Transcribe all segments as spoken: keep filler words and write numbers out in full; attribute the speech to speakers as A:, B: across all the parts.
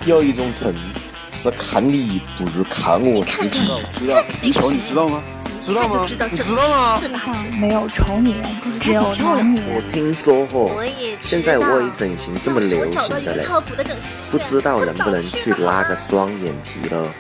A: 有一种疼是看你不如看我自己。
B: 知道，丑你知道吗？知道吗？你知道吗？
C: 世上没有丑女人，只有男女人。
A: 我听说吼，现在微整形这么流行的嘞，不知道能不能去拉个双眼皮了。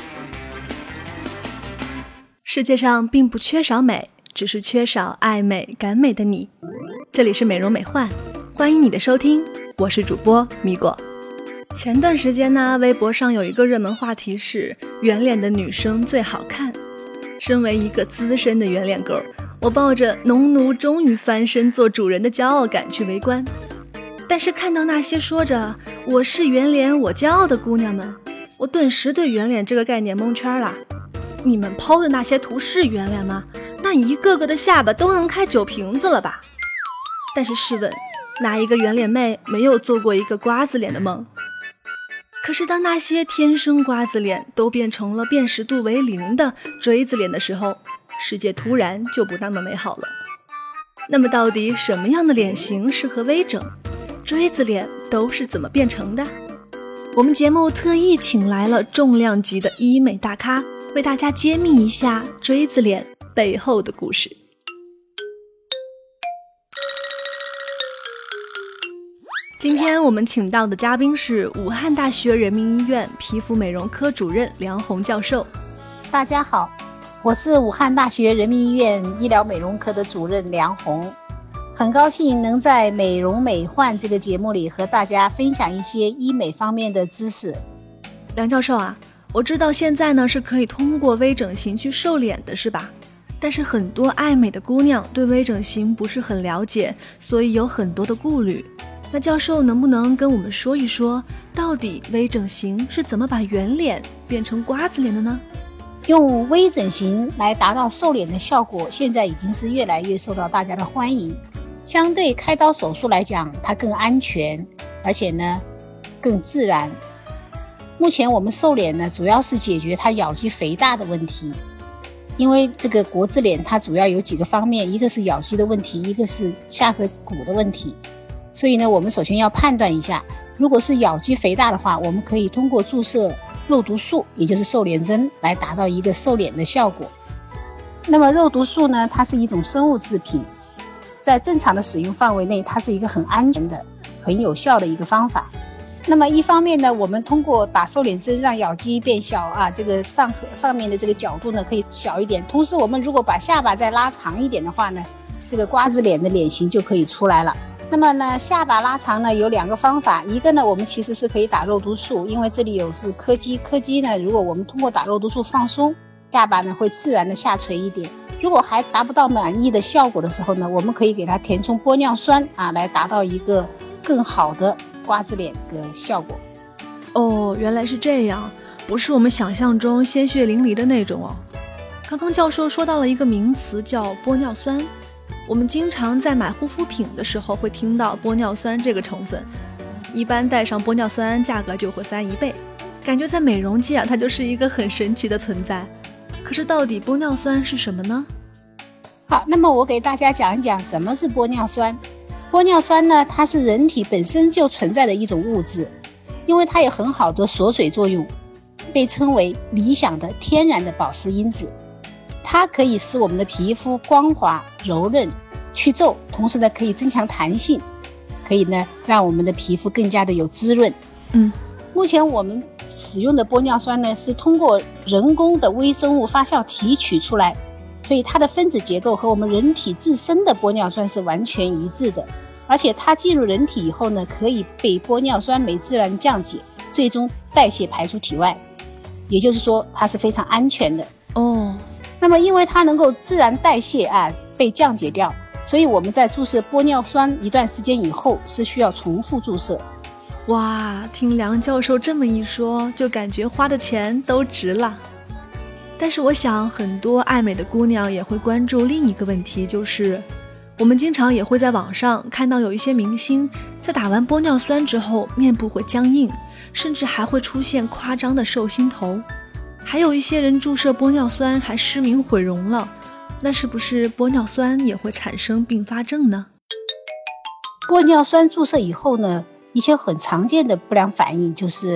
D: 世界上并不缺少美，只是缺少爱美感美的你。这里是美容美幻，欢迎你的收听，我是主播米果。前段时间呢，微博上有一个热门话题是圆脸的女生最好看。身为一个资深的圆脸狗，我抱着农奴终于翻身做主人的骄傲感去围观。但是看到那些说着我是圆脸我骄傲的姑娘们，我顿时对圆脸这个概念蒙圈了。你们P O的那些图是圆脸吗？那一个个的下巴都能开酒瓶子了吧？但是试问，哪一个圆脸妹没有做过一个瓜子脸的梦？可是当那些天生瓜子脸都变成了辨识度为零的锥子脸的时候，世界突然就不那么美好了。那么到底什么样的脸型适合微整？锥子脸都是怎么变成的？我们节目特意请来了重量级的医美大咖，为大家揭秘一下锥子脸背后的故事。今天我们请到的嘉宾是武汉大学人民医院皮肤美容科主任梁红教授。
E: 大家好，我是武汉大学人民医院医疗美容科的主任梁红，很高兴能在美容美幻这个节目里和大家分享一些医美方面的知识。
D: 梁教授啊，我知道现在呢是可以通过微整形去瘦脸的，是吧？但是很多爱美的姑娘对微整形不是很了解，所以有很多的顾虑。那教授能不能跟我们说一说，到底微整形是怎么把圆脸变成瓜子脸的呢？
E: 用微整形来达到瘦脸的效果，现在已经是越来越受到大家的欢迎。相对开刀手术来讲，它更安全，而且呢更自然。目前我们瘦脸呢，主要是解决它咬肌肥大的问题。因为这个国字脸它主要有几个方面，一个是咬肌的问题，一个是下颌骨的问题。所以呢，我们首先要判断一下，如果是咬肌肥大的话，我们可以通过注射肉毒素，也就是瘦脸针，来达到一个瘦脸的效果。那么肉毒素呢，它是一种生物制品，在正常的使用范围内，它是一个很安全的、很有效的一个方法。那么一方面呢，我们通过打瘦脸针让咬肌变小啊，这个上颌上面的这个角度呢可以小一点。同时，我们如果把下巴再拉长一点的话呢，这个瓜子脸的脸型就可以出来了。那么呢，下巴拉长呢有两个方法，一个呢我们其实是可以打肉毒素，因为这里有是柯基，柯基呢如果我们通过打肉毒素放松，下巴呢会自然的下垂一点。如果还达不到满意的效果的时候呢，我们可以给它填充玻尿酸啊，来达到一个更好的瓜子脸的效果。
D: 哦，原来是这样，不是我们想象中鲜血淋漓的那种哦。刚刚教授说到了一个名词叫玻尿酸，我们经常在买护肤品的时候会听到玻尿酸这个成分，一般带上玻尿酸价格就会翻一倍，感觉在美容界啊，它就是一个很神奇的存在。可是到底玻尿酸是什么呢？
E: 好，那么我给大家讲一讲什么是玻尿酸。玻尿酸呢，它是人体本身就存在的一种物质，因为它有很好的锁水作用，被称为理想的天然的保湿因子。它可以使我们的皮肤光滑柔韧去皱，同时呢可以增强弹性，可以呢让我们的皮肤更加的有滋润。
D: 嗯，
E: 目前我们使用的玻尿酸呢是通过人工的微生物发酵提取出来，所以它的分子结构和我们人体自身的玻尿酸是完全一致的，而且它进入人体以后呢，可以被玻尿酸酶自然降解，最终代谢排出体外，也就是说它是非常安全的。
D: 哦，
E: 那么因为它能够自然代谢啊，被降解掉，所以我们在注射玻尿酸一段时间以后是需要重复注射。
D: 哇，听梁教授这么一说，就感觉花的钱都值了。但是我想很多爱美的姑娘也会关注另一个问题，就是我们经常也会在网上看到有一些明星在打完玻尿酸之后面部会僵硬，甚至还会出现夸张的寿星头，还有一些人注射玻尿酸还失明毁容了，那是不是玻尿酸也会产生并发症呢？
E: 玻尿酸注射以后呢，一些很常见的不良反应就是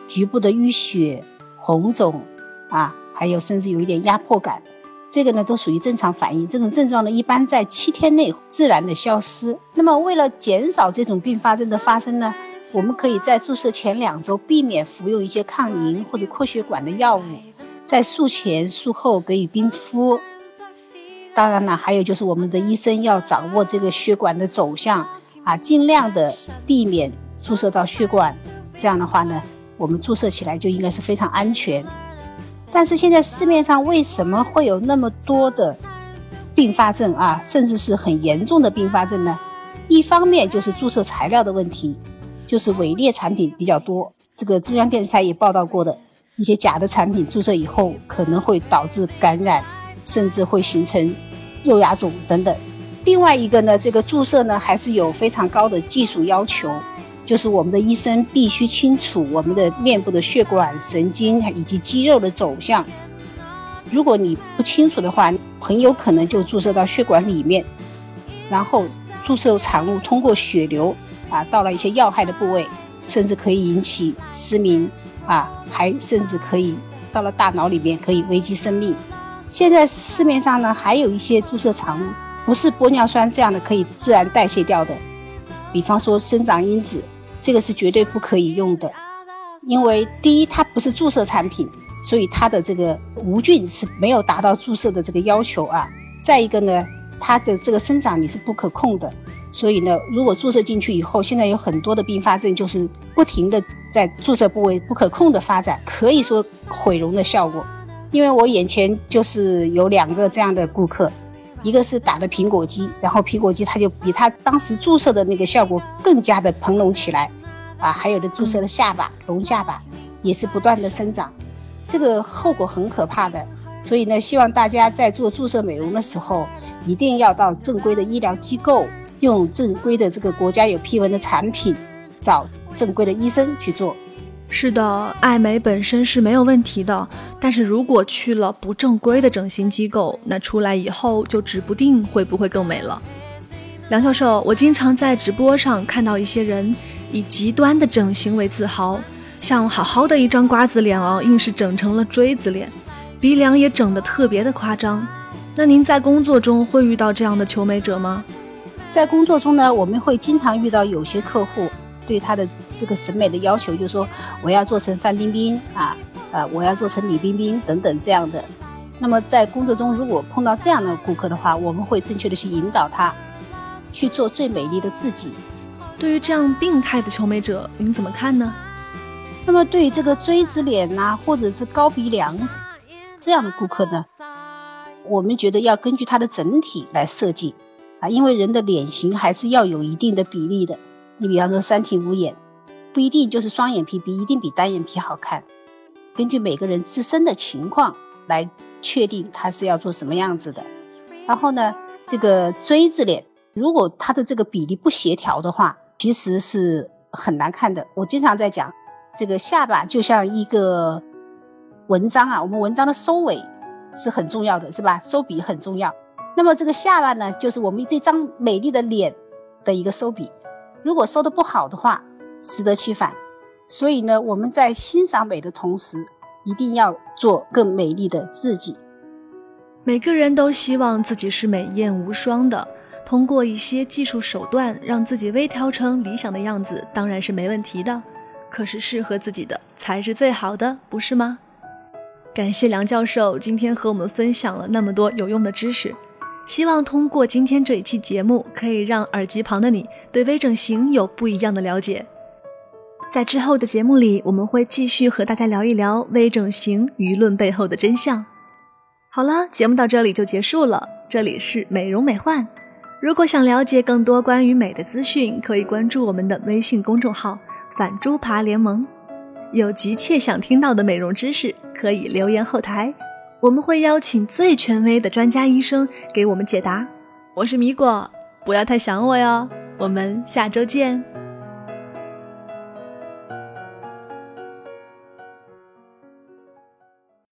E: 局部的淤血、红肿啊，还有甚至有一点压迫感，这个呢都属于正常反应。这种症状呢一般在七天内自然的消失。那么为了减少这种并发症的发生呢，我们可以在注射前两周避免服用一些抗凝或者扩血管的药物，在术前术后给予冰敷。当然了，还有就是我们的医生要掌握这个血管的走向啊，尽量的避免注射到血管，这样的话呢，我们注射起来就应该是非常安全。但是现在市面上为什么会有那么多的并发症啊，甚至是很严重的并发症呢？一方面就是注射材料的问题，就是伪劣产品比较多，这个中央电视台也报道过的，一些假的产品注射以后可能会导致感染，甚至会形成肉芽肿等等。另外一个呢，这个注射呢还是有非常高的技术要求，就是我们的医生必须清楚我们的面部的血管、神经以及肌肉的走向。如果你不清楚的话，很有可能就注射到血管里面，然后注射产物通过血流啊到了一些要害的部位，甚至可以引起失明啊，还甚至可以到了大脑里面，可以危及生命。现在市面上呢还有一些注射产物不是玻尿酸这样的可以自然代谢掉的，比方说生长因子，这个是绝对不可以用的。因为第一它不是注射产品，所以它的这个无菌是没有达到注射的这个要求啊。再一个呢，它的这个生长你是不可控的，所以呢如果注射进去以后，现在有很多的并发症就是不停的在注射部位不可控的发展，可以说毁容的效果。因为我眼前就是有两个这样的顾客，一个是打的苹果肌，然后苹果肌它就比他当时注射的那个效果更加的蓬隆起来啊，还有的注射的下巴、隆下巴也是不断的生长，这个后果很可怕的。所以呢，希望大家在做注射美容的时候，一定要到正规的医疗机构，用正规的这个国家有批文的产品，找正规的医生去做。
D: 是的，爱美本身是没有问题的，但是如果去了不正规的整形机构，那出来以后就指不定会不会更美了。梁教授，我经常在直播上看到一些人以极端的整形为自豪，像好好的一张瓜子脸哦，硬是整成了锥子脸，鼻梁也整得特别的夸张。那您在工作中会遇到这样的求美者吗？
E: 在工作中呢，我们会经常遇到有些客户对他的这个审美的要求，就是说我要做成范冰冰啊，呃，我要做成李冰冰等等这样的。那么在工作中如果碰到这样的顾客的话，我们会正确的去引导他去做最美丽的自己。
D: 对于这样病态的求美者，您怎么看呢？
E: 那么对于这个锥子脸啊，或者是高鼻梁这样的顾客呢，我们觉得要根据他的整体来设计啊，因为人的脸型还是要有一定的比例的。你比方说三庭五眼，不一定就是双眼皮比一定比单眼皮好看，根据每个人自身的情况来确定他是要做什么样子的。然后呢，这个锥子脸如果他的这个比例不协调的话，其实是很难看的。我经常在讲，这个下巴就像一个文章啊，我们文章的收尾是很重要的，是吧？收笔很重要。那么这个下巴呢，就是我们这张美丽的脸的一个收笔，如果收得不好的话，适得其反。所以呢，我们在欣赏美的同时，一定要做更美丽的自己。
D: 每个人都希望自己是美艳无双的，通过一些技术手段让自己微调成理想的样子，当然是没问题的。可是适合自己的才是最好的，不是吗？感谢梁教授今天和我们分享了那么多有用的知识，希望通过今天这一期节目，可以让耳机旁的你对微整形有不一样的了解。在之后的节目里，我们会继续和大家聊一聊微整形舆论背后的真相。好了，节目到这里就结束了。这里是美容美幻，如果想了解更多关于美的资讯，可以关注我们的微信公众号反猪扒联盟。有急切想听到的美容知识，可以留言后台，我们会邀请最权威的专家医生给我们解答。我是米果，不要太想我哟，我们下周见。